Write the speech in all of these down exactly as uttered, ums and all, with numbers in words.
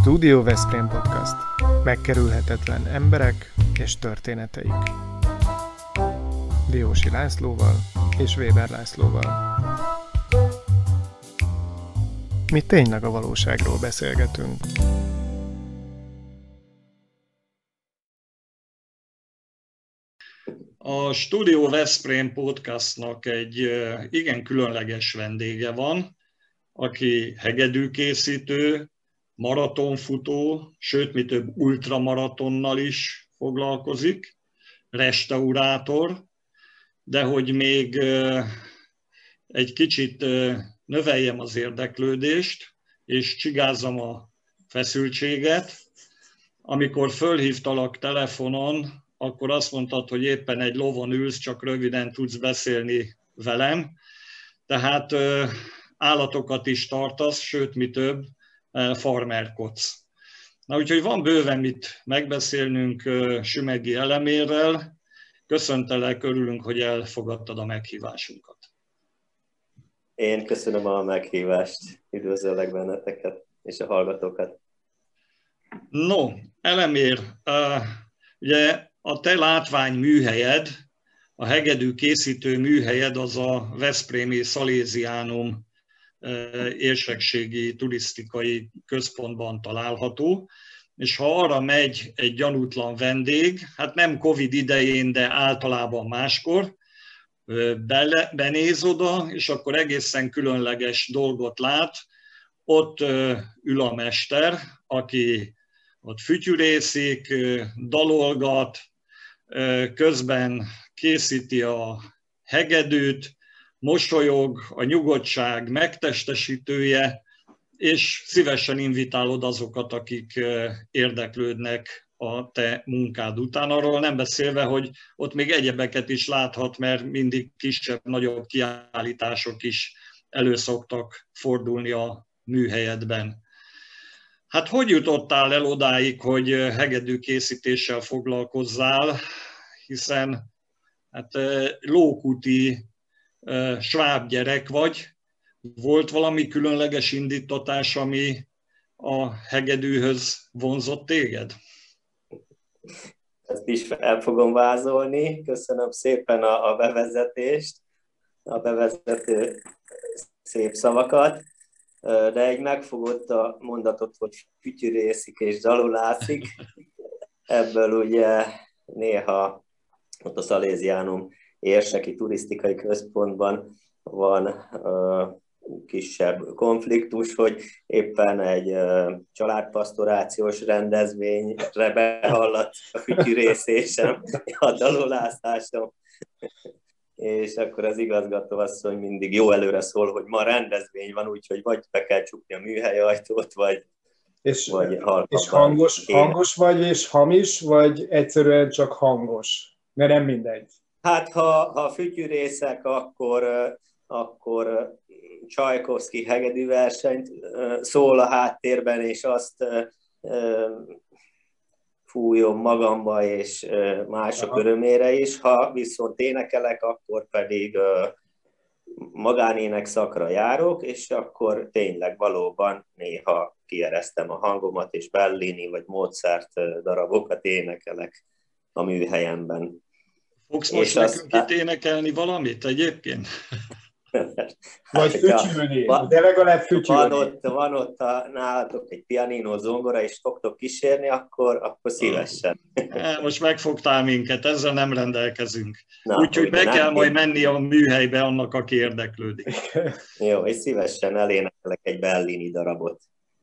Studio Veszprém Podcast. Megkerülhetetlen emberek és történeteik. Diósi Lászlóval és Weber Lászlóval. Mi tényleg a valóságról beszélgetünk. A Studio Veszprém Podcastnak egy igen különleges vendége van, aki hegedűkészítő, maratonfutó, sőt, mi több ultramaratonnal is foglalkozik, restaurátor, de hogy még egy kicsit növeljem az érdeklődést, és csigázzam a feszültséget. Amikor fölhívtalak telefonon, akkor azt mondtad, hogy éppen egy lovon ülsz, csak röviden tudsz beszélni velem. Tehát állatokat is tartasz, sőt, mi több, farmerkodsz. Na, úgyhogy van bőven mit megbeszélnünk Sümegi Elemérrel. Köszöntelek, örülünk, hogy elfogadtad a meghívásunkat. Én köszönöm a meghívást, üdvözöllek benneteket és a hallgatókat. No, Elemér, ugye a te látványműhelyed, a hegedű készítő műhelyed az a veszprémi Szaléziánum érsekségi turisztikai központban található, és ha arra megy egy gyanútlan vendég, hát nem Covid idején, de általában máskor, bele, benéz oda, és akkor egészen különleges dolgot lát. Ott ül a mester, aki ott fütyűrészik, dalolgat, közben készíti a hegedűt, mosolyog, a nyugodtság megtestesítője, és szívesen invitálod azokat, akik érdeklődnek a te munkád után. Arról nem beszélve, hogy ott még egyebeket is láthat, mert mindig kisebb-nagyobb kiállítások is elő szoktak fordulni a műhelyedben. Hát hogy jutottál el odáig, hogy hegedűkészítéssel foglalkozzál, hiszen hát lókuti sváb gyerek vagy. Volt valami különleges indítatás, ami a hegedűhöz vonzott téged? Ezt is fel fogom vázolni. Köszönöm szépen a, a bevezetést, a bevezető szép szavakat, de egy megfogott a mondatot, hogy fütyűrészik és dalolászik. Ebből ugye néha ott a Szaléziánum érseki turisztikai központban van uh, kisebb konfliktus, hogy éppen egy uh, családpasztorációs rendezvényre behalladt a fütyűrészésem, a dalolászásom, és akkor az igazgató asszony mindig jó előre szól, hogy ma rendezvény van, úgyhogy vagy be kell csukni a műhely ajtót, vagy, és, vagy és hangos, hangos vagy és hamis, vagy egyszerűen csak hangos? Mert nem mindegy. Hát, ha, ha fütyűrészek, akkor, akkor Csajkovszky hegedűversenyt szól a háttérben, és azt fújom magamba és mások Aha. örömére is. Ha viszont énekelek, akkor pedig magánének szakra járok, és akkor tényleg valóban néha kieresztem a hangomat, és Bellini vagy Mozart darabokat énekelek a műhelyemben. Fogsz most nekünk aztán... itt énekelni valamit egyébként? Vagy fütyülni, de legalább fütyülni. Van ott, van ott a, nálatok egy pianino, zongora, és fogtok kísérni, akkor, akkor szívesen. Most megfogtál minket, ezzel nem rendelkezünk. Úgyhogy be kell majd menni a műhelybe annak, aki érdeklődik. Jó, és szívesen elénekelek egy Bellini darabot.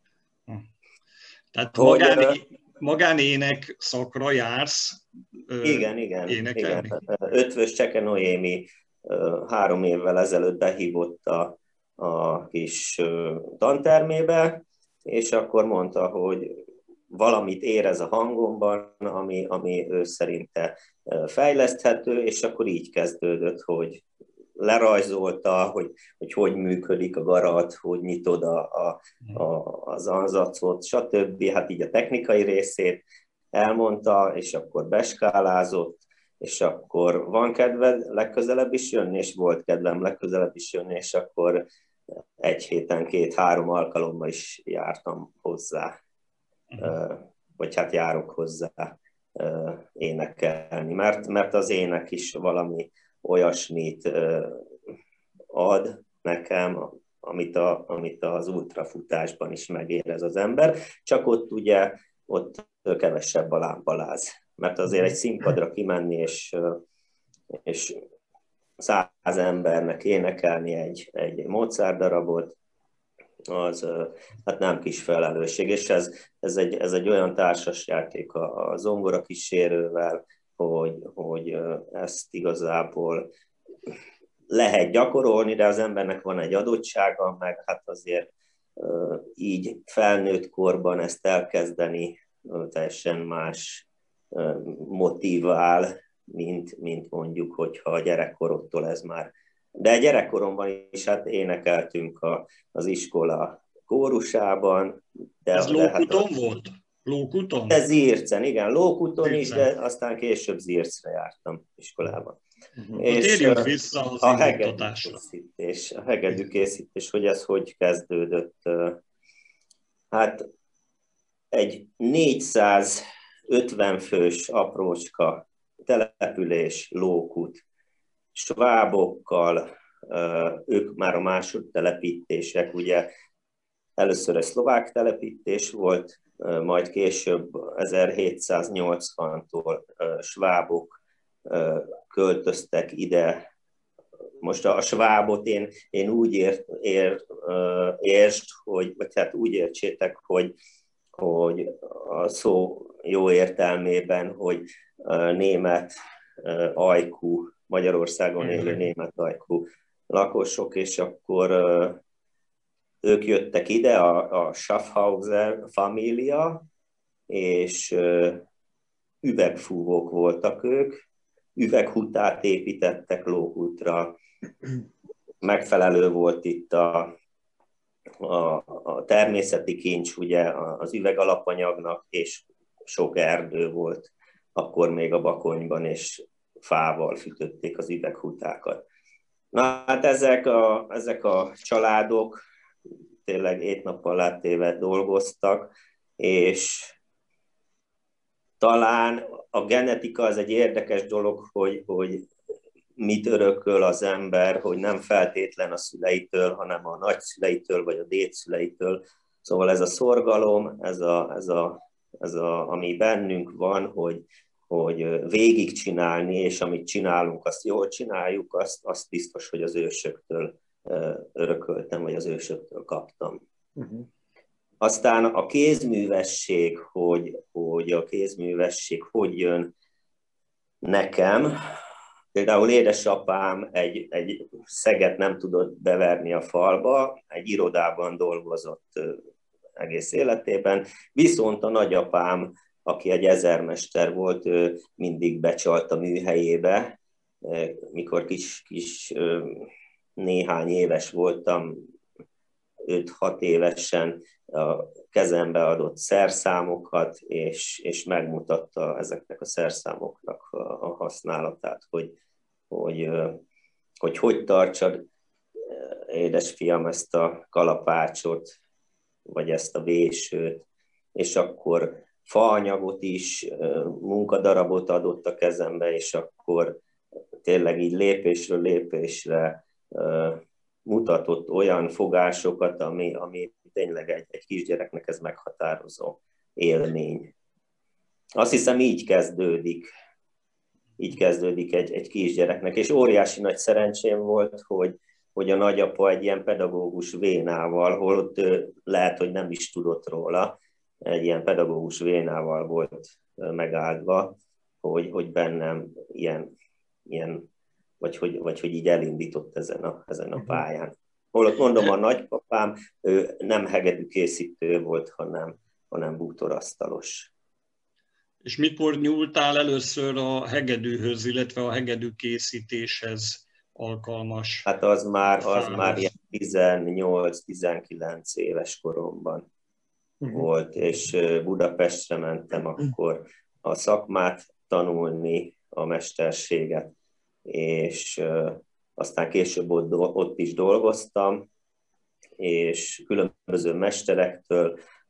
Tehát magáni, magánének szakra jársz igen, igen, énekelni? Igen. Ötvös Cseke Noémi három évvel ezelőtt behívott a, a kis tantermébe, és akkor mondta, hogy valamit érez a hangomban, ami, ami ő szerinte fejleszthető, és akkor így kezdődött, hogy lerajzolta, hogy hogy, hogy működik a garat, hogy nyitod a, a, a, az anzacot, stb. Hát így a technikai részét elmondta, és akkor beskálázott, és akkor van kedved legközelebb is jönni, és volt kedvem legközelebb is jönni, és akkor egy héten két-három alkalommal is jártam hozzá. uh, vagy hát járok hozzá uh, énekelni, mert, mert az ének is valami olyasmit uh, ad nekem, amit, a, amit az ultrafutásban is megérez az ember, csak ott ugye ott kevesebb a lámpaláz, mert azért egy színpadra kimenni és, és száz embernek énekelni egy, egy Mozart darabot, az hát nem kis felelősség, és ez, ez, egy, ez egy olyan társasjáték a, a zongora kísérővel, hogy, hogy ezt igazából lehet gyakorolni, de az embernek van egy adottsága, meg hát azért így felnőtt korban ezt elkezdeni teljesen más motivál, mint, mint mondjuk, hogyha a gyerekkorodtól ez már. De gyerekkoromban is hát énekeltünk a, az iskola kórusában. De, ez Lókuton hát volt? Lókuton? Ez Zircen, igen, Lókuton is, de aztán később Zircre jártam iskolában. Uh-huh. És térjünk vissza az a hegedűkészítés, a hegedűkészítés, hogy ez hogy kezdődött. Hát egy négyszázötven fős aprócska település, Lókut, svábokkal, ők már a másodtelepítések, ugye először egy szlovák telepítés volt, majd később ezerhétszáznyolcvantól svábok költöztek ide. Most a svábot én, én úgy ért, ér, értsd, hogy, vagy hát úgy értsétek, hogy, hogy a szó jó értelmében, hogy német ajkú, Magyarországon élő német ajkú lakosok, és akkor ők jöttek ide, a, a Schaffhauser família, és üvegfúvók voltak ők, üveghutát építettek Lókutra, megfelelő volt itt a, a, a természeti kincs, ugye az üveg alapanyagnak, és sok erdő volt akkor még a Bakonyban, és fával fűtötték az üveghutákat. Na hát ezek a, ezek a családok tényleg éjt-nappal láttéve dolgoztak, és talán a genetika az egy érdekes dolog, hogy, hogy mit örököl az ember, hogy nem feltétlen a szüleitől, hanem a nagyszüleitől vagy a dédszüleitől. Szóval ez a szorgalom, ez a, ez a, ez a, ami bennünk van, hogy, hogy végigcsinálni, és amit csinálunk, azt jól csináljuk, azt, azt biztos, hogy az ősöktől örököltem, vagy az ősöktől kaptam. Uh-huh. Aztán a kézművesség, hogy, hogy a kézművesség hogy jön nekem. Például édesapám egy, egy szeget nem tudott beverni a falba, egy irodában dolgozott egész életében, viszont a nagyapám, aki egy ezermester volt, ő mindig becsalt a műhelyébe. Mikor kis, kis néhány éves voltam, öt-hat évesen a kezembe adott szerszámokat, és, és megmutatta ezeknek a szerszámoknak a, a használatát, hogy hogy, hogy hogy tartsad, édesfiam, ezt a kalapácsot, vagy ezt a vésőt, és akkor faanyagot is, munkadarabot adott a kezembe, és akkor tényleg így lépésről lépésre mutatott olyan fogásokat, ami, ami tényleg egy, egy kisgyereknek ez meghatározó élmény. Azt hiszem, így kezdődik, így kezdődik egy, egy kisgyereknek, és óriási nagy szerencsém volt, hogy, hogy a nagyapa egy ilyen pedagógus vénával, holott ő lehet, hogy nem is tudott róla, egy ilyen pedagógus vénával volt megáldva, hogy, hogy bennem ilyen, ilyen vagy, hogy, vagy hogy így elindított ezen a, ezen a pályán. Holott mondom, a nagypapám, ő nem hegedűkészítő volt, hanem, hanem bútorasztalos. És mikor nyúltál először a hegedűhöz, illetve a hegedűkészítéshez alkalmas? Hát az már, az már ilyen tizennyolc-tizenkilenc éves koromban uh-huh. volt, és Budapestre mentem akkor a szakmát tanulni, a mesterséget, és aztán később ott, ott is dolgoztam, és különböző mesterektől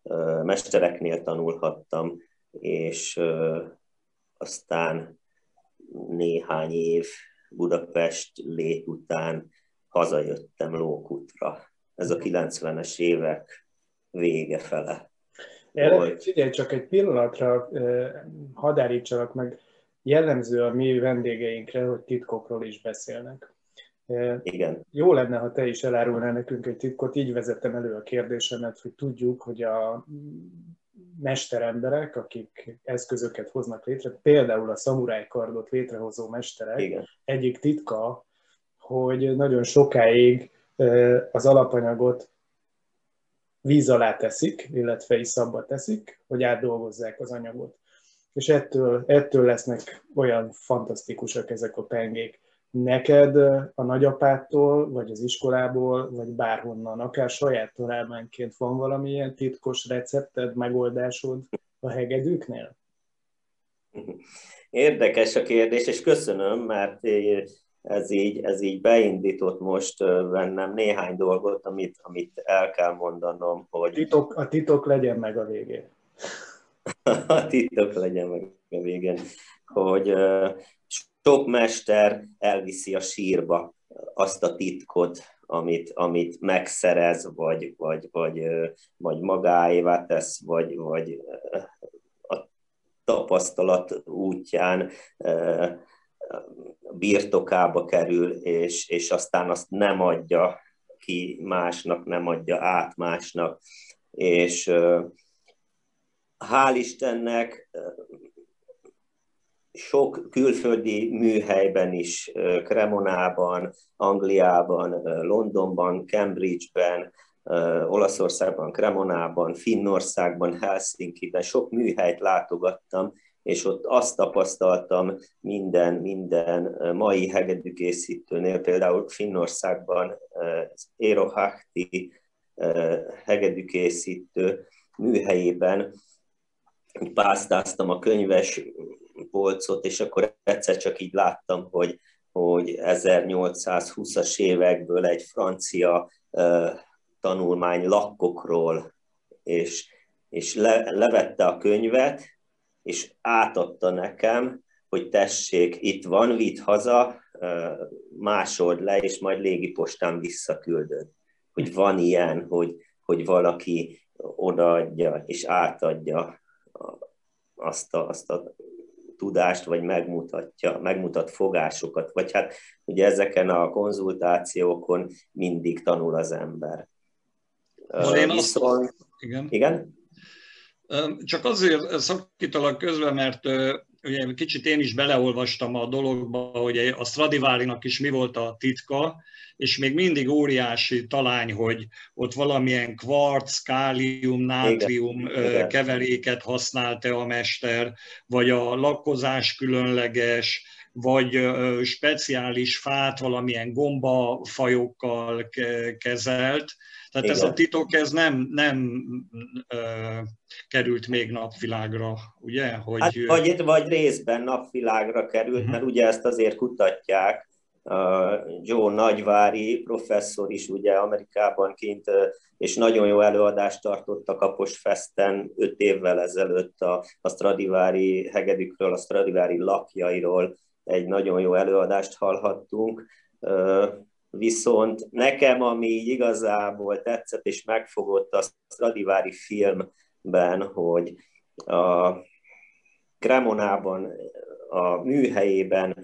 mestereknél tanulhattam, és aztán néhány év Budapest lét után hazajöttem Lókutra. Ez a kilencvenes évek vége fele. Erre figyelj, csak egy pillanatra hadd állítsalak meg, jellemző a mi vendégeinkre, hogy titkokról is beszélnek. Igen. Jó lenne, ha te is elárulnál nekünk egy titkot, így vezettem elő a kérdésemet, hogy tudjuk, hogy a mesteremberek, akik eszközöket hoznak létre, például a szamurájkardot létrehozó mesterek, igen, egyik titka, hogy nagyon sokáig az alapanyagot víz alá teszik, illetve iszapba teszik, hogy átdolgozzák az anyagot. És ettől, ettől lesznek olyan fantasztikusak ezek a pengék. Neked a nagyapádtól, vagy az iskolából, vagy bárhonnan, akár saját találmányként van valamilyen titkos recepted, megoldásod a hegedűknél? Érdekes a kérdés, és köszönöm, mert ez így, ez így beindított most bennem néhány dolgot, amit, amit el kell mondanom, hogy... Titok, a titok legyen meg a végén. A titok legyen meg a végén, hogy sok mester elviszi a sírba azt a titkot, amit, amit megszerez, vagy, vagy, vagy, vagy magáévá tesz, vagy, vagy a tapasztalat útján birtokába kerül, és, és aztán azt nem adja ki másnak, nem adja át másnak. És hál' Istennek sok külföldi műhelyben is, Cremonában, Angliában, Londonban, Cambridge-ben, Olaszországban, Cremonában, Finnországban, Helsinkiben sok műhelyt látogattam, és ott azt tapasztaltam minden, minden mai hegedűkészítőnél, például Finnországban Eero Hahti hegedűkészítő műhelyében pásztáztam a könyves polcot, és akkor egyszer csak így láttam, hogy, hogy ezernyolcszázhúszas évekből egy francia uh, tanulmány lakkokról, és, és le, levette a könyvet, és átadta nekem, hogy tessék, itt van, vidd haza, uh, másold le, és majd légipostán visszaküldöd. Hogy van ilyen, hogy, hogy valaki odaadja és átadja azt a, azt a tudást, vagy megmutatja, megmutat fogásokat, vagy hát ugye ezeken a konzultációkon mindig tanul az ember. Én Viszont... azt... Igen. Igen? Csak azért szakítalak közben, mert ugye kicsit én is beleolvastam a dologba, hogy a Stradivárinak is mi volt a titka, és még mindig óriási talány, hogy ott valamilyen kvarc, kálium, nátrium Igen. keveréket használt-e a mester, vagy a lakkozás különleges, vagy speciális fát valamilyen gombafajokkal kezelt. Tehát Igen. ez a titok, ez nem, nem ö, került még napvilágra, ugye? Hogy... Hát vagy, vagy részben napvilágra került, uh-huh. mert ugye ezt azért kutatják. Uh, Joe Nagyvári professzor is ugye Amerikában kint, uh, és nagyon jó előadást tartott a Kapos Festen öt évvel ezelőtt a, a Stradivari hegedűkről, a Stradivari lakjairól egy nagyon jó előadást hallhattunk. Uh, Viszont nekem, ami igazából tetszett és megfogott a Stradivari filmben, hogy a Cremonában, a műhelyében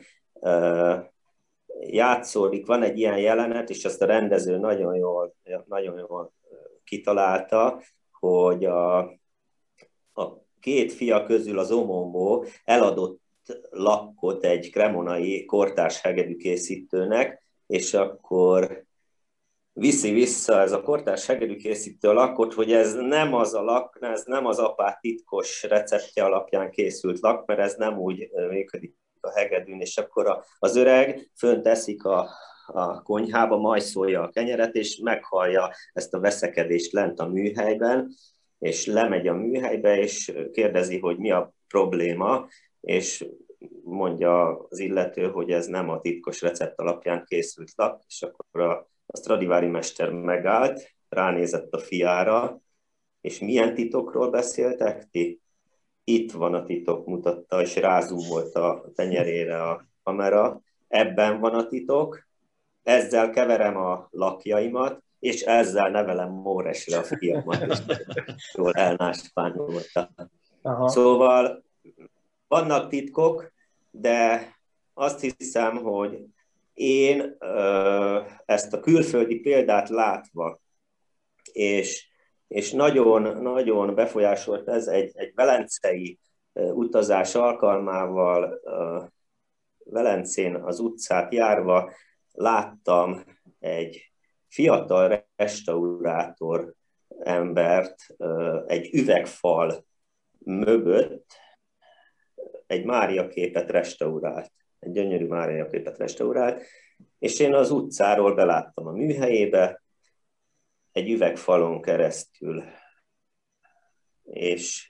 játszódik, van egy ilyen jelenet, és ezt a rendező nagyon jól, nagyon jól kitalálta, hogy a, a két fia közül az Omombó eladott lakkot egy cremonai kortárs hegedűkészítőnek, és akkor viszi vissza ez a kortárs hegedűkészítő a lakkot, hogy ez nem az a lak, ez nem az apát titkos receptje alapján készült lak, mert ez nem úgy működik a hegedűn, és akkor az öreg fönt eszik a, a konyhába, majd szólja a kenyeret, és meghallja ezt a veszekedést lent a műhelyben, és lemegy a műhelybe, és kérdezi, hogy mi a probléma, és mondja az illető, hogy ez nem a titkos recept alapján készült lak, és akkor a, a Stradivari mester megállt, ránézett a fiára, és milyen titokról beszéltek ti? Itt van a titok, mutatta, és rázoomolt a tenyerére a kamera. Ebben van a titok, ezzel keverem a lakjaimat, és ezzel nevelem Móresre a fiamat, és jól elnáspányolta. Szóval vannak titkok, de azt hiszem, hogy én ezt a külföldi példát látva, és, és nagyon, nagyon befolyásolt ez egy, egy velencei utazás alkalmával, Velencén az utcát járva láttam egy fiatal restaurátor embert egy üvegfal mögött egy Mária képet restaurált, egy gyönyörű Mária képet restaurált, és én az utcáról beláttam a műhelyébe, egy üvegfalon keresztül, és,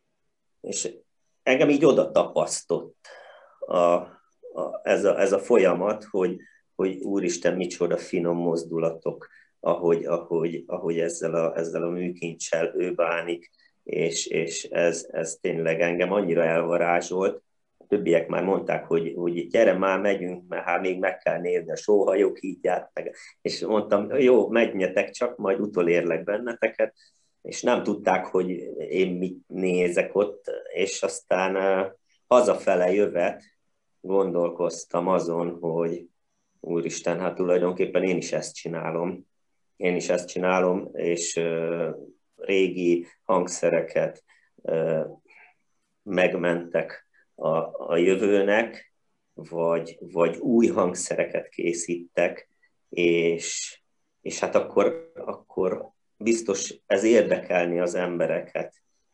és engem így oda tapasztott a, a, ez, a, ez a folyamat, hogy, hogy úristen, micsoda finom mozdulatok, ahogy, ahogy, ahogy ezzel, a, ezzel a műkincsel ő bánik, és, és ez, ez tényleg engem annyira elvarázsolt. A többiek már mondták, hogy, hogy gyere már, megyünk, mert hát még meg kell nézni a sóhajok hídját, meg. És mondtam, jó, menjetek csak, majd utolérlek benneteket, és nem tudták, hogy én mit nézek ott, és aztán uh, hazafele jövet gondolkoztam azon, hogy úristen, hát tulajdonképpen én is ezt csinálom. Én is ezt csinálom, és uh, régi hangszereket uh, megmentek a, a jövőnek, vagy, vagy új hangszereket készítek, és, és hát akkor, akkor biztos ez érdekelni az embereket.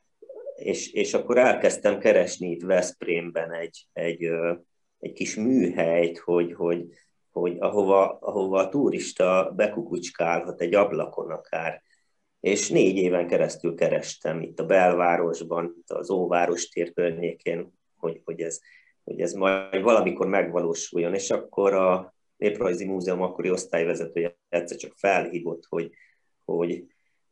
És, és akkor elkezdtem keresni itt Veszprémben egy, egy, egy kis műhelyt, hogy, hogy, hogy ahova, ahova a turista bekukucskálhat egy ablakon akár. És négy éven keresztül kerestem itt a belvárosban, itt az Óváros tér környékén, hogy, hogy, ez, hogy ez majd valamikor megvalósuljon. És akkor a Néprajzi Múzeum akkori osztályvezetője egyszer csak felhívott, hogy, hogy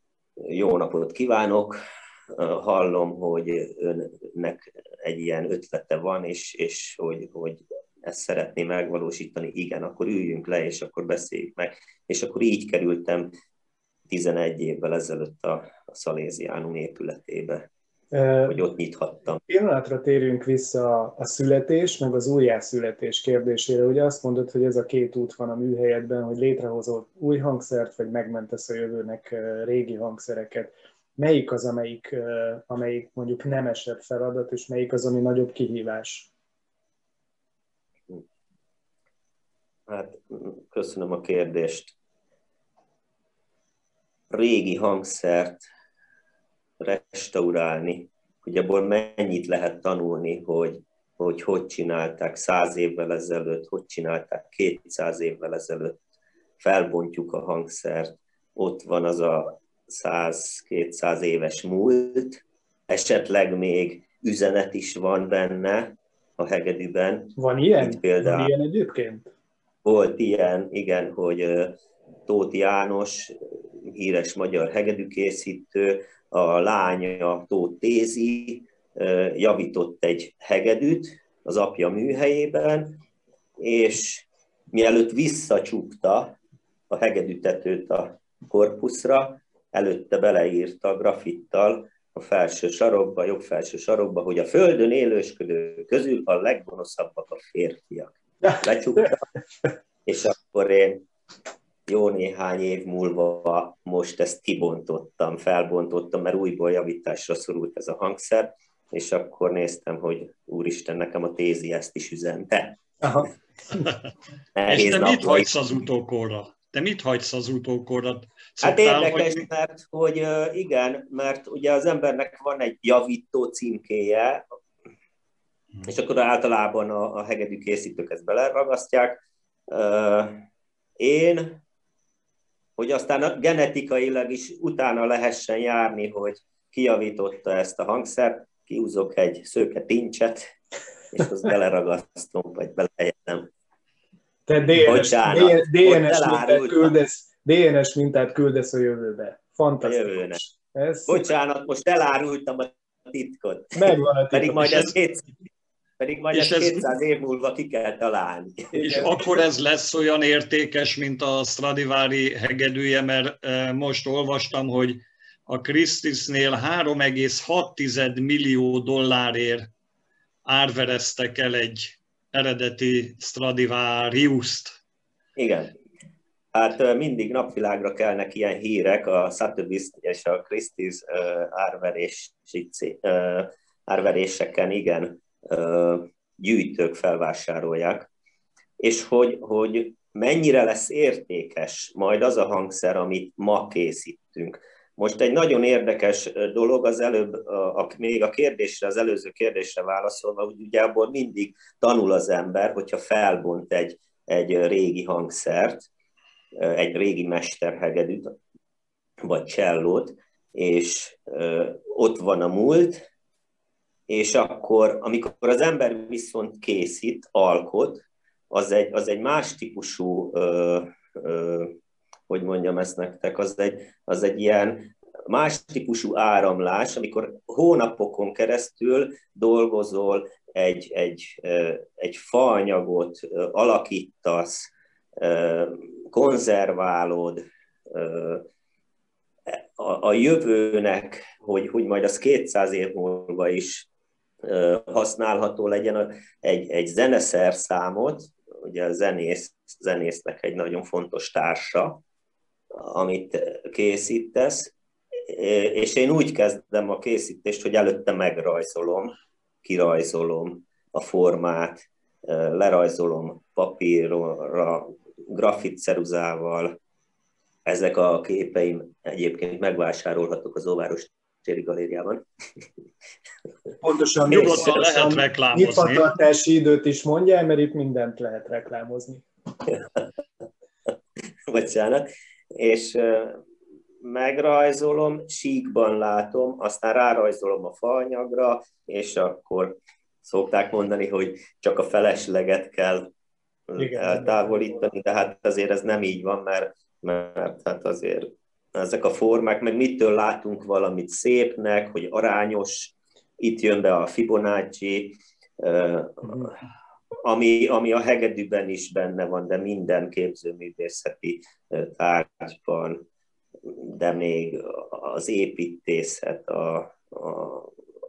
jó napot kívánok, hallom, hogy önnek egy ilyen ötlete van, és, és hogy, hogy ezt szeretné megvalósítani. Igen, akkor üljünk le, és akkor beszéljük meg. És akkor így kerültem tizenegy évvel ezelőtt a, a Szaléziánum épületébe, e, hogy ott nyithattam. Pillanatra térjünk vissza a születés, meg az újjászületés kérdésére. Ugye azt mondod, hogy ez a két út van a műhelyedben, hogy létrehozol új hangszert, vagy megmentesz a jövőnek régi hangszereket. Melyik az, amelyik, amelyik mondjuk nemesebb feladat, és melyik az, ami nagyobb kihívás? Hát, köszönöm a kérdést. Régi hangszert restaurálni, hogy abból mennyit lehet tanulni, hogy hogy, hogy csinálták száz évvel ezelőtt, hogy csinálták kétszáz évvel ezelőtt, felbontjuk a hangszert, ott van az a száz-kétszáz éves múlt, esetleg még üzenet is van benne a hegedűben. Van ilyen? Például, van ilyen egyébként? Volt ilyen, igen, hogy Tóth János, híres magyar hegedűkészítő, a lánya Tóth Tézi javított egy hegedűt az apja műhelyében, és mielőtt visszacsukta a hegedűtetőt a korpuszra, előtte beleírta grafittal a felső sarokba, jobb felső sarokba, hogy a földön élősködők közül a leggonoszabbak a férfiak. Lecsukta, és akkor én jó néhány év múlva most ezt kibontottam, felbontottam, mert újból javításra szorult ez a hangszer, és akkor néztem, hogy úristen, nekem a Tézi ezt is üzente. Aha. És te mit hagysz az utókorra? Te mit hagysz az utókorra? Hát érdekes, hogy... mert hogy igen, mert ugye az embernek van egy javító címkéje, és akkor általában a, a hegedűkészítők ezt beleragasztják. Én, hogy aztán genetikailag is utána lehessen járni, hogy kijavította ezt a hangszert, kihúzok egy szőke tincset, és azt beleragasztom, vagy belehelyezem. Te dé en es, dé en es mintát küldesz, dé en es mintát küldesz a jövőbe. Fantasztikus. A jövőnek. Ez Bocsánat, most elárultam a titkot. megvan a titkot. Pedig majd ez kétszáz, pedig majd és ez ez, kétszáz év múlva ki kell találni. és akkor ez lesz olyan értékes, mint a Stradivari hegedűje, mert most olvastam, hogy a Christie's-nél három egész hat millió dollárért árvereztek el egy eredeti Stradivariust. Igen. Hát mindig napvilágra kelnek ilyen hírek, a Sotheby's és a Christie's árverés, árveréseken, igen, gyűjtők felvásárolják. És hogy, hogy mennyire lesz értékes majd az a hangszer, amit ma készítünk. Most egy nagyon érdekes dolog, az előbb, a, a, még a kérdésre, az előző kérdésre válaszolva, hogy ugye abból mindig tanul az ember, hogyha felbont egy, egy régi hangszert, egy régi mesterhegedűt, vagy csellót, és ö, ott van a múlt, és akkor, amikor az ember viszont készít, alkot, az egy, az egy más típusú, ö, ö, hogy mondjam ezt nektek, az egy, az egy ilyen más típusú áramlás, amikor hónapokon keresztül dolgozol, egy, egy, egy faanyagot alakítasz, konzerválod, a, a jövőnek, hogy, hogy majd az kétszáz év múlva is használható legyen, egy, egy zeneszerszámot, ugye a zenész, zenésznek egy nagyon fontos társa, amit készítesz, és én úgy kezdem a készítést, hogy előtte megrajzolom, kirajzolom a formát, lerajzolom papírra, grafitceruzával. Ezek a képeim egyébként megvásárolhatók az Óváros Téri Galériában. Pontosan, nyugodtan lehet reklámozni. Nyitvatartási időt is mondjál, mert itt mindent lehet reklámozni. Bocsánat. És megrajzolom, síkban látom, aztán rárajzolom a faanyagra, és akkor szokták mondani, hogy csak a felesleget kell igen, eltávolítani, de hát azért ez nem így van, mert, mert hát azért ezek a formák, meg mitől látunk valamit szépnek, hogy arányos, itt jön be a Fibonacci, ami, ami a hegedűben is benne van, de minden képzőművészeti tárgyban, de még az építészet, a, a,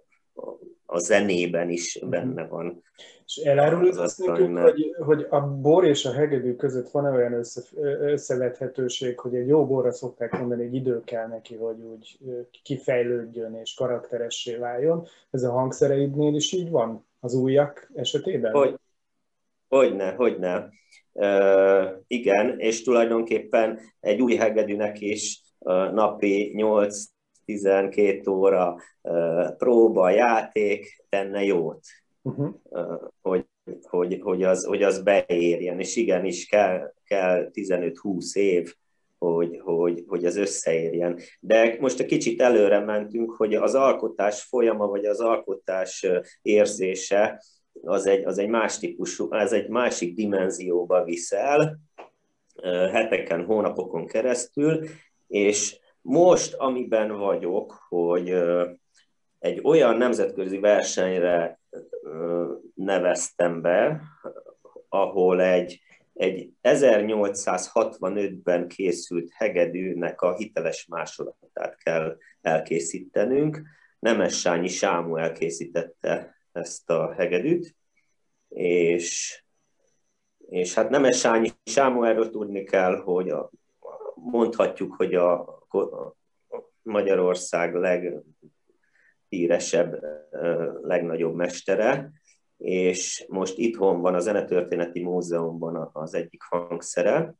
a zenében is benne van. És elárulod azt nekünk, hogy, hogy a bor és a hegedű között van-e olyan össze, összevethetőség, hogy egy jó borra szokták mondani, hogy idő kell neki, hogy úgy kifejlődjön és karakteressé váljon. Ez a hangszereidnél is így van az újak esetében? Hogy, hogyne, hogyne. Uh, igen, és tulajdonképpen egy új hegedűnek is uh, napi nyolc-tizenkét óra uh, próba, játék tenne jót, uh-huh. uh, hogy, hogy, hogy, az, hogy az beérjen, és igenis kell, kell tizenöt-húsz év, hogy, hogy, hogy az összeérjen. De most egy kicsit előre mentünk, hogy az alkotás folyama, vagy az alkotás érzése, az egy, az egy más típusú, az egy másik dimenzióba viszel, heteken, hónapokon keresztül, és most, amiben vagyok, hogy egy olyan nemzetközi versenyre neveztem be, ahol egy, egy ezernyolcszázhatvanötben készült hegedűnek a hiteles másolatát kell elkészítenünk. Nemessányi Sámuel készítette ezt a hegedűt, és, és hát Nemessányi Sámuelről tudni kell, hogy a, mondhatjuk, hogy a, a Magyarország leghíresebb, legnagyobb mestere, és most itthon van a Zenetörténeti Múzeumban az egyik hangszere,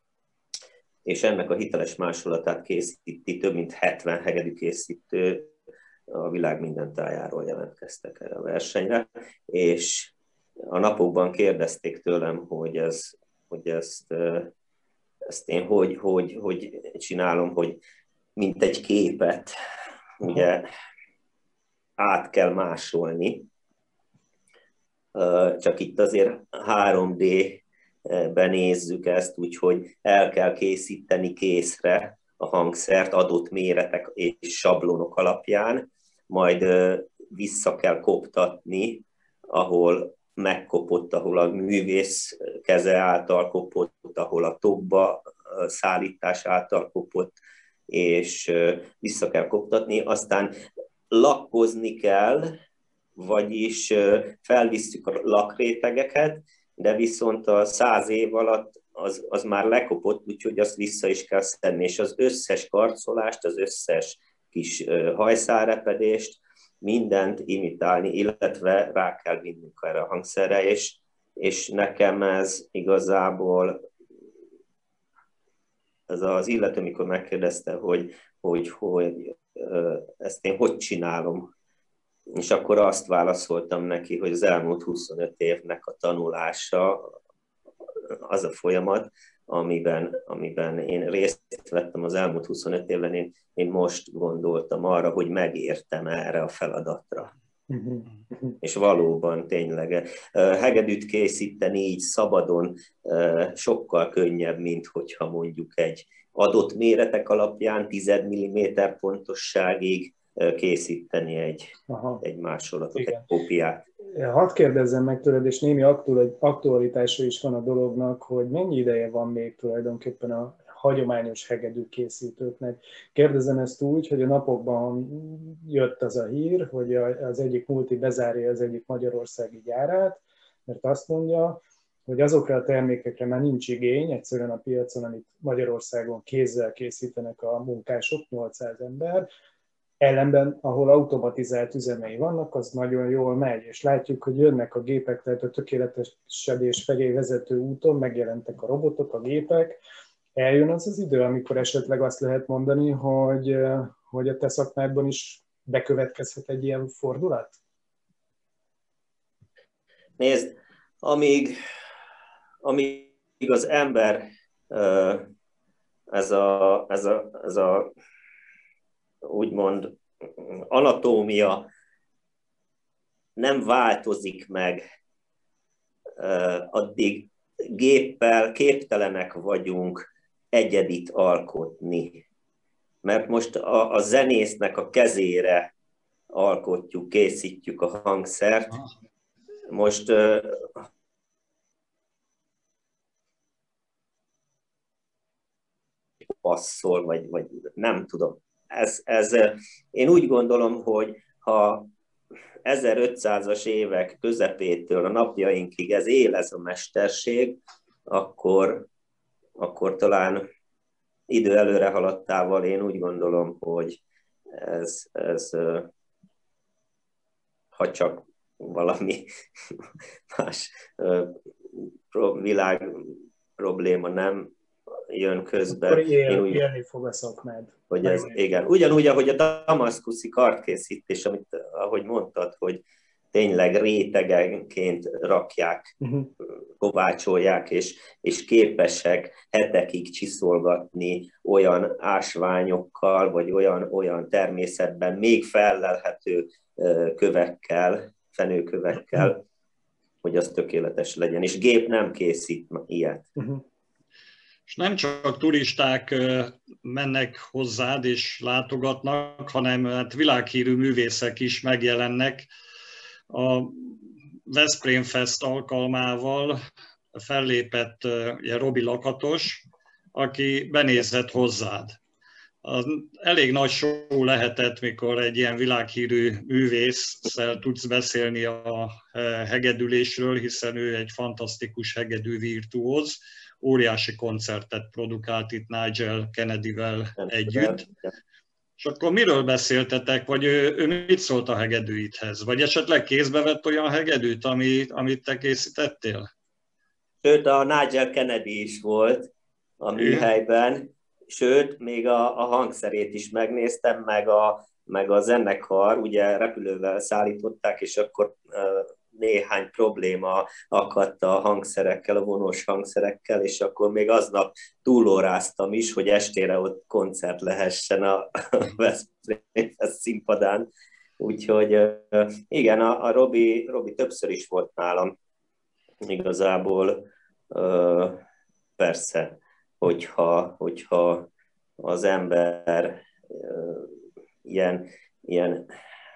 és ennek a hiteles másolatát készíti, több mint hetven hegedűkészítő a világ minden tájáról jelentkeztek erre a versenyre, és a napokban kérdezték tőlem, hogy, ez, hogy ezt, ezt én hogy, hogy, hogy csinálom, hogy mint egy képet, ugye át kell másolni, csak itt azért három dé-ben nézzük ezt, úgyhogy el kell készíteni készre a hangszert adott méretek és sablonok alapján, majd vissza kell koptatni, ahol megkopott, ahol a művész keze által kopott, ahol a tokba szállítás által kopott, és vissza kell koptatni, aztán lakkozni kell, vagyis felvisszük a lakrétegeket, de viszont a száz év alatt az, az már lekopott, úgyhogy azt vissza is kell szedni, és az összes karcolást, az összes kis hajszálrepedést, mindent imitálni, illetve rá kell vinnünk erre a hangszerre, és, és nekem ez igazából, ez az illető, amikor megkérdezte, hogy, hogy, hogy ezt én hogy csinálom, és akkor azt válaszoltam neki, hogy az elmúlt huszonöt évnek a tanulása az a folyamat, amiben, amiben én részt vettem az elmúlt huszonöt évben, én, én most gondoltam arra, hogy megértem erre a feladatra. Uh-huh. És valóban tényleg hegedűt készíteni így szabadon sokkal könnyebb, mint hogyha mondjuk egy adott méretek alapján tized milliméter pontosságig készíteni egy, egy másolatot, igen, egy kópiát. Hadd kérdezzem meg tőled, és némi aktualitása is van a dolognak, hogy mennyi ideje van még tulajdonképpen a hagyományos hegedűkészítőknek. Kérdezem ezt úgy, hogy a napokban jött az a hír, hogy az egyik multi bezárja az egyik magyarországi gyárát, mert azt mondja, hogy azokra a termékekre már nincs igény, egyszerűen a piacon, amit Magyarországon kézzel készítenek a munkások, nyolcszáz ember, ellenben, ahol automatizált üzemei vannak, az nagyon jól megy, és látjuk, hogy jönnek a gépek, tehát a tökéletesedés felé vezető úton megjelentek a robotok, a gépek. Eljön az az idő, amikor esetleg azt lehet mondani, hogy, hogy a te szakmádban is bekövetkezhet egy ilyen fordulat? Nézd, amíg, amíg az ember ez a, ez a, ez a úgymond anatómia nem változik meg, addig géppel képtelenek vagyunk egyedit alkotni. Mert most a, a zenésznek a kezére alkotjuk, készítjük a hangszert. Most passzol, vagy, vagy nem tudom. Ez, ez, én úgy gondolom, hogy ha ezerötszázas évek közepétől a napjainkig ez él, ez a mesterség, akkor, akkor talán idő előre haladtával én úgy gondolom, hogy ez, ez ha csak valami más világ probléma nem jön közben. Akkor él, úgy, élni fog a szakmád. Hogy ez, igen. Ugyanúgy, ahogy a damaszkuszi kardkészítés, amit, ahogy mondtad, hogy tényleg rétegenként rakják, uh-huh. kovácsolják, és, és képesek hetekig csiszolgatni olyan ásványokkal, vagy olyan, olyan természetben még fellelhető kövekkel, fenőkövekkel, uh-huh. hogy az tökéletes legyen. És gép nem készít ilyet. Uh-huh. És nem csak turisták mennek hozzád és látogatnak, hanem hát világhírű művészek is megjelennek. A Veszprém Fest alkalmával fellépett ugye, Robi Lakatos, aki benézett hozzád. Az elég nagy show lehetett, mikor egy ilyen világhírű művésszel tudsz beszélni a hegedülésről, hiszen ő egy fantasztikus hegedű virtuóz. Óriási koncertet produkált itt Nigel Kennedy-vel együtt. És akkor miről beszéltetek, vagy ő, ő mit szólt a hegedűidhez? Vagy esetleg kézbe vett olyan hegedűt, ami, amit te készítettél? Sőt, a Nigel Kennedy is volt a műhelyben, sőt, még a, a hangszerét is megnéztem, meg a, meg a zenekar, ugye repülővel szállították, és akkor néhány probléma akadt a hangszerekkel, a vonós hangszerekkel, és akkor még aznap túlóráztam is, hogy estére ott koncert lehessen a Veszprém színpadán. Úgyhogy igen, a, a Robi, Robi többször is volt nálam. Igazából persze, hogyha, hogyha az ember ilyen, ilyen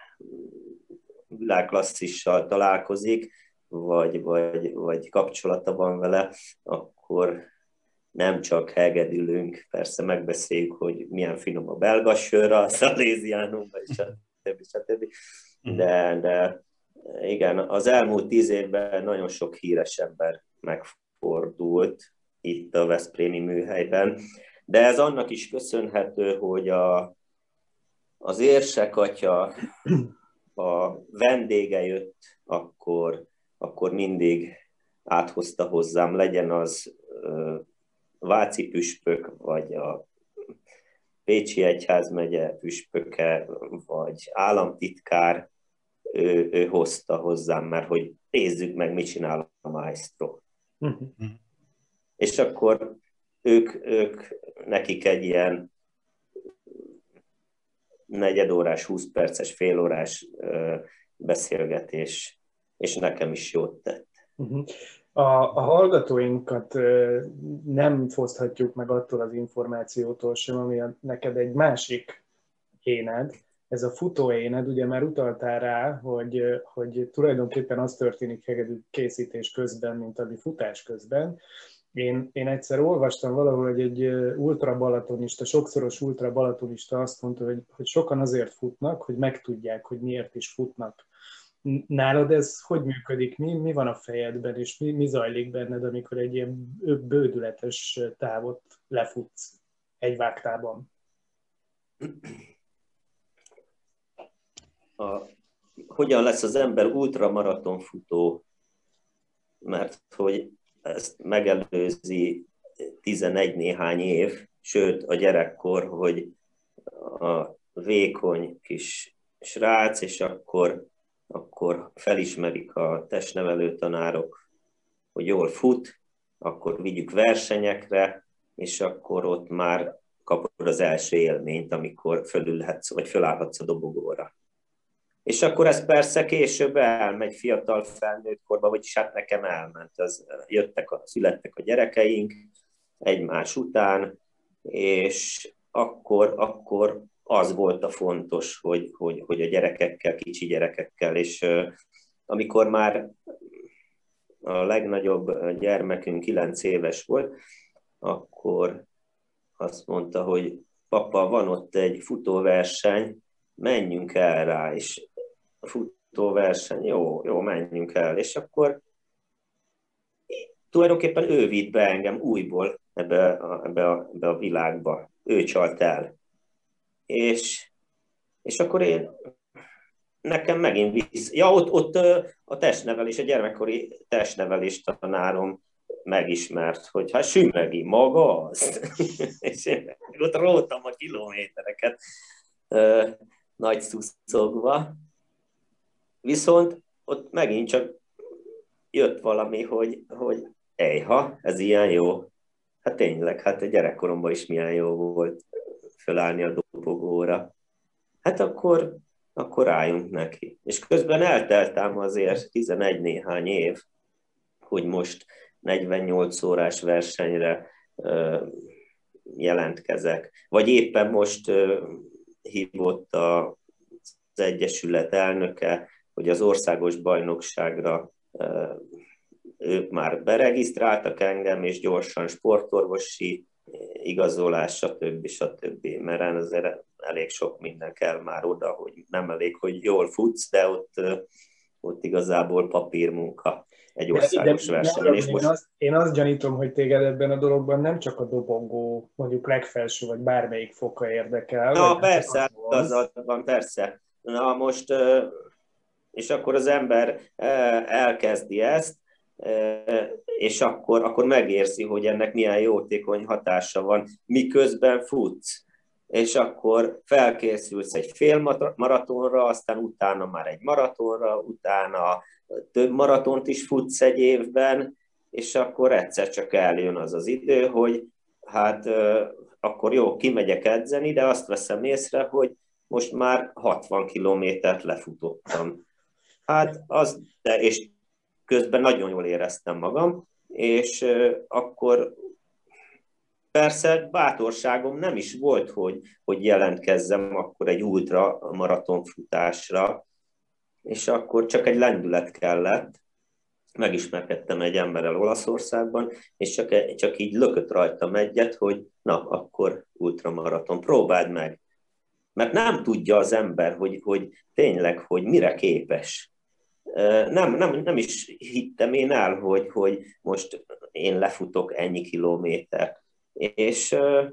világklasszissal találkozik, vagy, vagy, vagy kapcsolata van vele, akkor nem csak hegedülünk, persze megbeszéljük, hogy milyen finom a belga sör a Szaléziánumban, stb. stb. De, de igen, az elmúlt tíz évben nagyon sok híres ember megfordult itt a veszprémi műhelyben, de ez annak is köszönhető, hogy a, az érsek atya, a vendége jött, akkor, akkor mindig áthozta hozzám, legyen az uh, váci püspök, vagy a Pécsi Egyházmegye püspöke, vagy államtitkár, ő, ő hozta hozzám, mert hogy nézzük meg, mit csinál a maestro. Uh-huh. És akkor ők, ők, nekik egy ilyen negyedórás, húsz perces, félórás beszélgetés, és nekem is jót tett. Uh-huh. A, a hallgatóinkat nem foszthatjuk meg attól az információtól sem, ami a, neked egy másik éned, ez a futóéned, ugye már utaltál rá, hogy, hogy tulajdonképpen az történik hegedű készítés közben, mint ami futás közben. Én, én egyszer olvastam valahol, hogy egy ultrabalatonista, sokszoros ultrabalatonista azt mondta, hogy, hogy sokan azért futnak, hogy megtudják, hogy miért is futnak. Nálad ez hogy működik? Mi, mi van a fejedben, és mi, mi zajlik benned, amikor egy ilyen bődületes távot lefutsz egy vágtában? A, hogyan lesz az ember ultramaraton futó? Mert hogy ezt megelőzi tizenegy néhány év, sőt a gyerekkor, hogy a vékony kis srác, és akkor, akkor felismerik a testnevelő tanárok, hogy jól fut, akkor vigyük versenyekre, és akkor ott már kapod az első élményt, amikor fölülhetsz, vagy fölállhatsz a dobogóra. És akkor ez persze később elmegy fiatal felnőtt korba, vagyis hát nekem elment. Az, jöttek, a, születtek a gyerekeink egymás után, és akkor, akkor az volt a fontos, hogy, hogy, hogy a gyerekekkel, kicsi gyerekekkel, és uh, amikor már a legnagyobb gyermekünk kilenc éves volt, akkor azt mondta, hogy papa, van ott egy futóverseny, menjünk el rá, és a futóverseny, jó, jó, menjünk el. És akkor tulajdonképpen ő vitt be engem újból ebbe a, ebbe a, ebbe a világba. Ő csalt el. És, és akkor én, nekem megint visz. Ja, ott, ott a testnevelés, a gyermekkori testnevelés tanárom megismert, hogy hát sümegi, maga az. És én ott rótam a kilométereket nagy szuszogva. Viszont ott megint csak jött valami, hogy, hogy ejha, ez ilyen jó. Hát tényleg, hát a gyerekkoromban is milyen jó volt fölállni a dobogóra. Hát akkor, akkor álljunk neki. És közben elteltám azért tizenegy néhány év, hogy most negyvennyolc órás versenyre uh, jelentkezek. Vagy éppen most uh, hívott a az Egyesület elnöke, hogy az országos bajnokságra ők már beregisztráltak engem, és gyorsan sportorvosi igazolás, stb. stb. Mert azért elég sok minden kell már oda, hogy nem elég, hogy jól futsz, de ott, ott igazából papírmunka egy országos de, de versenyen. És most... én, azt, én azt gyanítom, hogy téged ebben a dologban nem csak a dobogó, mondjuk legfelső, vagy bármelyik foka érdekel. Na, persze, az van, persze. Na most, és akkor az ember elkezdi ezt, és akkor, akkor megérzi, hogy ennek milyen jótékony hatása van, miközben futsz. És akkor felkészülsz egy fél maratonra, aztán utána már egy maratonra, utána több maratont is futsz egy évben, és akkor egyszer csak eljön az az idő, hogy hát akkor jó, kimegyek edzeni, de azt veszem észre, hogy most már hatvan kilométert lefutottam. Hát az, de és közben nagyon jól éreztem magam, és akkor persze bátorságom nem is volt, hogy, hogy jelentkezzem akkor egy ultra maratonfutásra, és akkor csak egy lendület kellett. Megismerkedtem egy emberrel Olaszországban, és csak, csak így lökött rajtam egyet, hogy na, akkor ultramaraton, próbáld meg. Mert nem tudja az ember, hogy, hogy tényleg, hogy mire képes. Nem, nem, nem is hittem én el, hogy, hogy most én lefutok ennyi kilométer. És ö,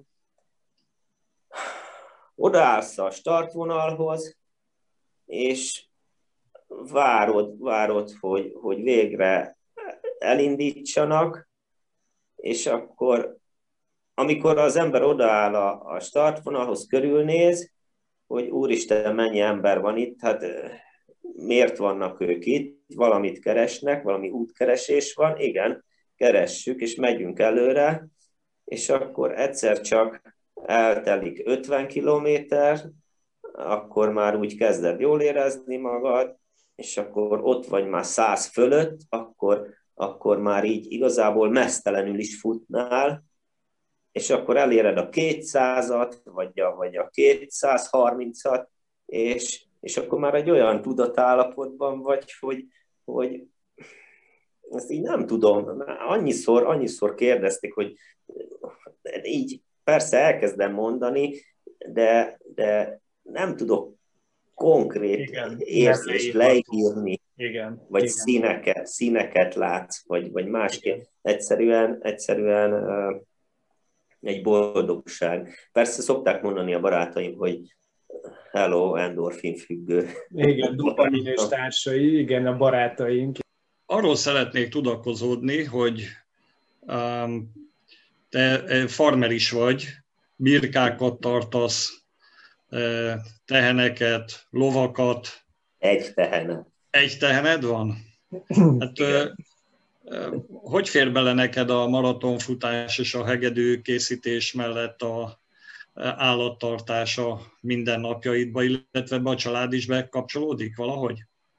odaállsz a startvonalhoz, és várod, várod hogy, hogy végre elindítsanak, és akkor, amikor az ember odaáll a, a startvonalhoz, körülnéz, hogy úristen, mennyi ember van itt, hát miért vannak ők itt, valamit keresnek, valami útkeresés van, igen, keressük, és megyünk előre, és akkor egyszer csak eltelik ötven kilométer, akkor már úgy kezded jól érezni magad, és akkor ott vagy már száz fölött, akkor, akkor már így igazából meztelenül is futnál, és akkor eléred a kétszázat, vagy a, vagy a kétszázharmincat, és, és akkor már egy olyan tudatállapotban vagy, hogy, hogy ezt így nem tudom, annyiszor, annyiszor kérdezték, hogy így persze elkezdem mondani, de, de nem tudok konkrét igen, érzést leírni, igen, vagy igen. Színeket, színeket látsz, vagy, vagy másképp. Egyszerűen, egyszerűen uh, egy boldogság. Persze szokták mondani a barátaim, hogy hello, endorfin függő. Igen, dopamin és társai, igen, a barátaink. Arról szeretnék tudakozódni, hogy um, te farmer is vagy, birkákat tartasz, teheneket, lovakat. Egy tehenet. Egy tehened van? Hát, hogy fér bele neked a maratonfutás és a hegedű készítés mellett a állattartás a mindennapjaidba, illetve be a család is bekapcsolódik valahogy?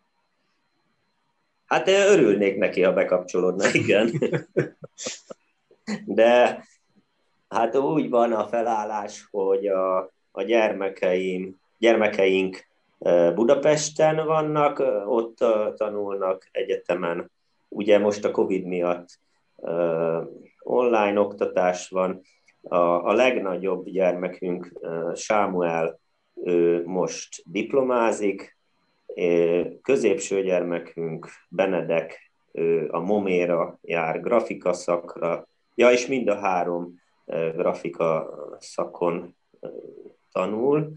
Hát örülnék neki, ha bekapcsolódna, igen. De hát úgy van a felállás, hogy a, a gyermekeim, gyermekeink Budapesten vannak, ott tanulnak egyetemen. Ugye most a Covid miatt online oktatás van. A, a legnagyobb gyermekünk, Sámuel, ő most diplomázik, középső gyermekünk, Benedek, ő a Moméra jár grafika szakra, ja, és mind a három grafika szakon tanul.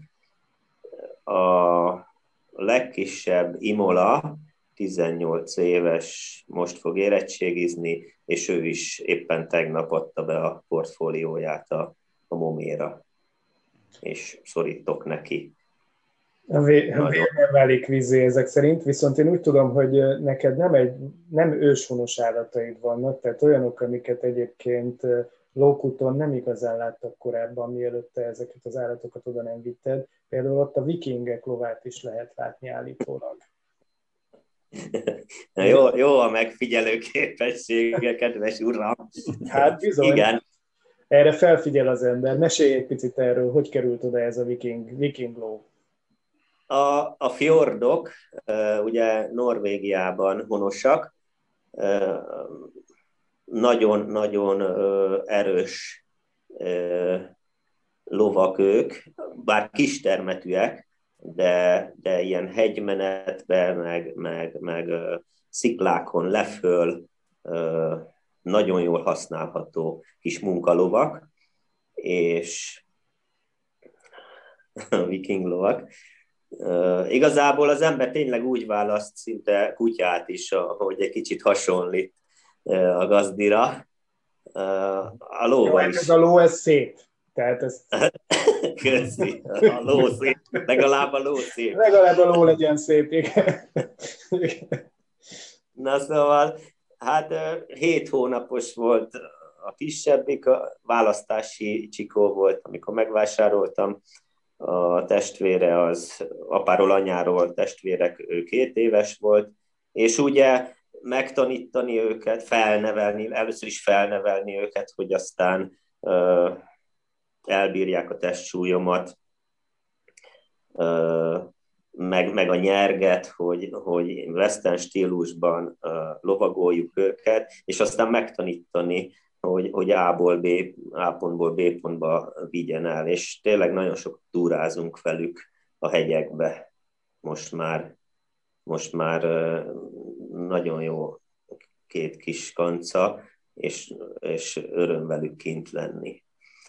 A legkisebb Imola, tizennyolc éves, most fog érettségizni, és ő is éppen tegnap adta be a portfólióját a, a Moméra, és szorítok neki. A vér nem válik vízé ezek szerint, viszont én úgy tudom, hogy neked nem, egy, nem őshonos állataid vannak, tehát olyanok, amiket egyébként Lókuton nem igazán láttak korábban, mielőtt te ezeket az állatokat oda nem vitted. Például ott a vikingek lovát is lehet látni állítólag. Na jó, jó a megfigyelő képessége, kedves uram. Hát bizony. Igen. Erre felfigyel az ember. Mesélj egy picit erről, hogy került oda ez a viking, viking ló. A, a fjordok, ugye Norvégiában honosak, nagyon-nagyon erős lovak ők, bár kistermetűek, de, de ilyen hegymenetben, meg, meg, meg sziklákon leföl nagyon jól használható kis munkalovak, és viking lovak. Uh, igazából az ember tényleg úgy választ szinte kutyát is, hogy egy kicsit hasonlít uh, a gazdira. Uh, a lóval Jó, is. Ez a ló, ez szép. Tehát ez... Köszi. A ló szép. Legalább a ló szép. Legalább a ló legyen szép, igen. Na szóval, hát hét hónapos volt a kisebbik, a választási csikó volt, amikor megvásároltam. A testvére az apáról, anyáról testvérek, ő két éves volt, és ugye megtanítani őket, felnevelni, először is felnevelni őket, hogy aztán elbírják a testsúlyomat, meg, meg a nyerget, hogy, hogy western stílusban lovagoljuk őket, és aztán megtanítani, hogy, hogy A-ból B, A pontból B pontba vigyen el, és tényleg nagyon sok túrázunk velük a hegyekbe. Most már, most már nagyon jó két kis kanca, és, és öröm velük kint lenni.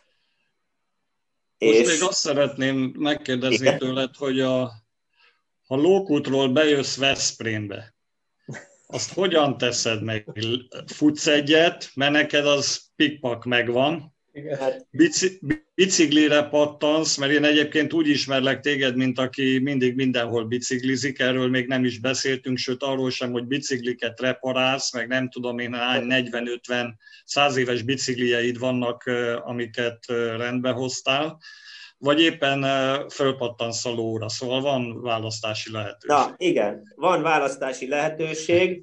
Most és... még azt szeretném megkérdezni igen? tőled, hogy a, ha Lókútról bejössz Veszprémbe, azt hogyan teszed meg? Futsz egyet, mert neked az pikpak megvan. Bici, biciklire pattansz, mert én egyébként úgy ismerlek téged, mint aki mindig mindenhol biciklizik, erről még nem is beszéltünk, sőt arról sem, hogy bicikliket reparálsz, meg nem tudom én hány negyven-ötven száz éves biciklieid vannak, amiket rendbe hoztál, vagy éppen fölpattansz a lóra, szóval van választási lehetőség. Na igen, van választási lehetőség.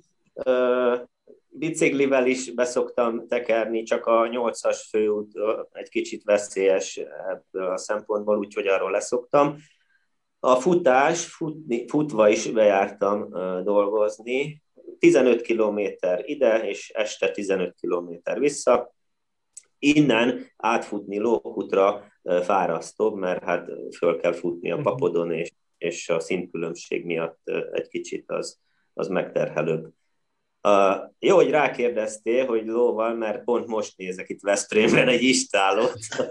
Biciklivel is beszoktam tekerni, csak a nyolcas főút egy kicsit veszélyes ebből a szempontból, úgyhogy arról leszoktam. A futás, futni, futva is bejártam dolgozni, tizenöt kilométer ide, és este tizenöt kilométer vissza. Innen átfutni Lókútra fárasztóbb, mert hát föl kell futni a Papodon, és, és a szintkülönbség miatt egy kicsit az, az megterhelőbb. Uh, jó, hogy rákérdeztél, hogy lóval, mert pont most nézek itt Veszprémben egy istálót,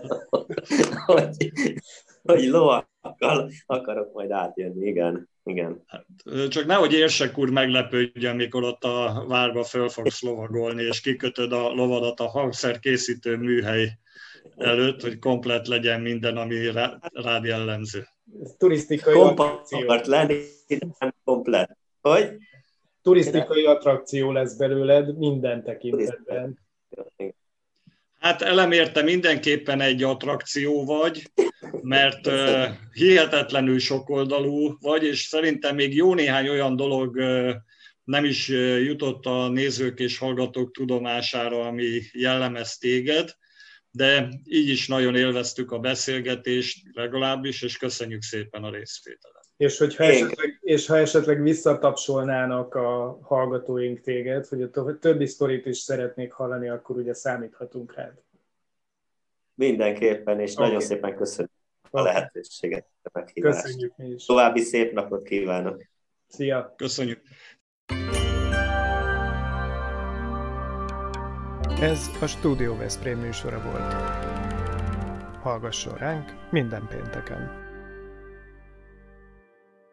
hogy, hogy lóakkal akarok majd átjönni, igen. igen. Hát, csak nehogy Érsek úr meglepődjön, mikor ott a várba föl fogsz lovagolni, és kikötöd a lovadat a hangszerkészítő műhely előtt, hogy komplett legyen minden, ami rá, rád jellemző. Ez turisztikai attrakció. lenni, nem komplett. Hogy? Turisztikai attrakció lesz belőled minden tekintetben. Hát elemérte mindenképpen egy attrakció vagy, mert uh, hihetetlenül sokoldalú vagy, és szerintem még jó néhány olyan dolog uh, nem is uh, jutott a nézők és hallgatók tudomására, ami jellemez téged, de így is nagyon élveztük a beszélgetést legalábbis, és köszönjük szépen a részvételt. És, hogyha esetleg, és ha esetleg visszatapsolnának a hallgatóink téged, hogy a többi sztorit is szeretnék hallani, akkor ugye számíthatunk rád. Mindenképpen, és okay. Nagyon szépen köszönjük okay. a lehetőséget. A köszönjük mi is. További szép napot kívánok. Szia! Köszönjük! Ez a Stúdió Veszprém műsora volt. Hallgasson ránk minden pénteken!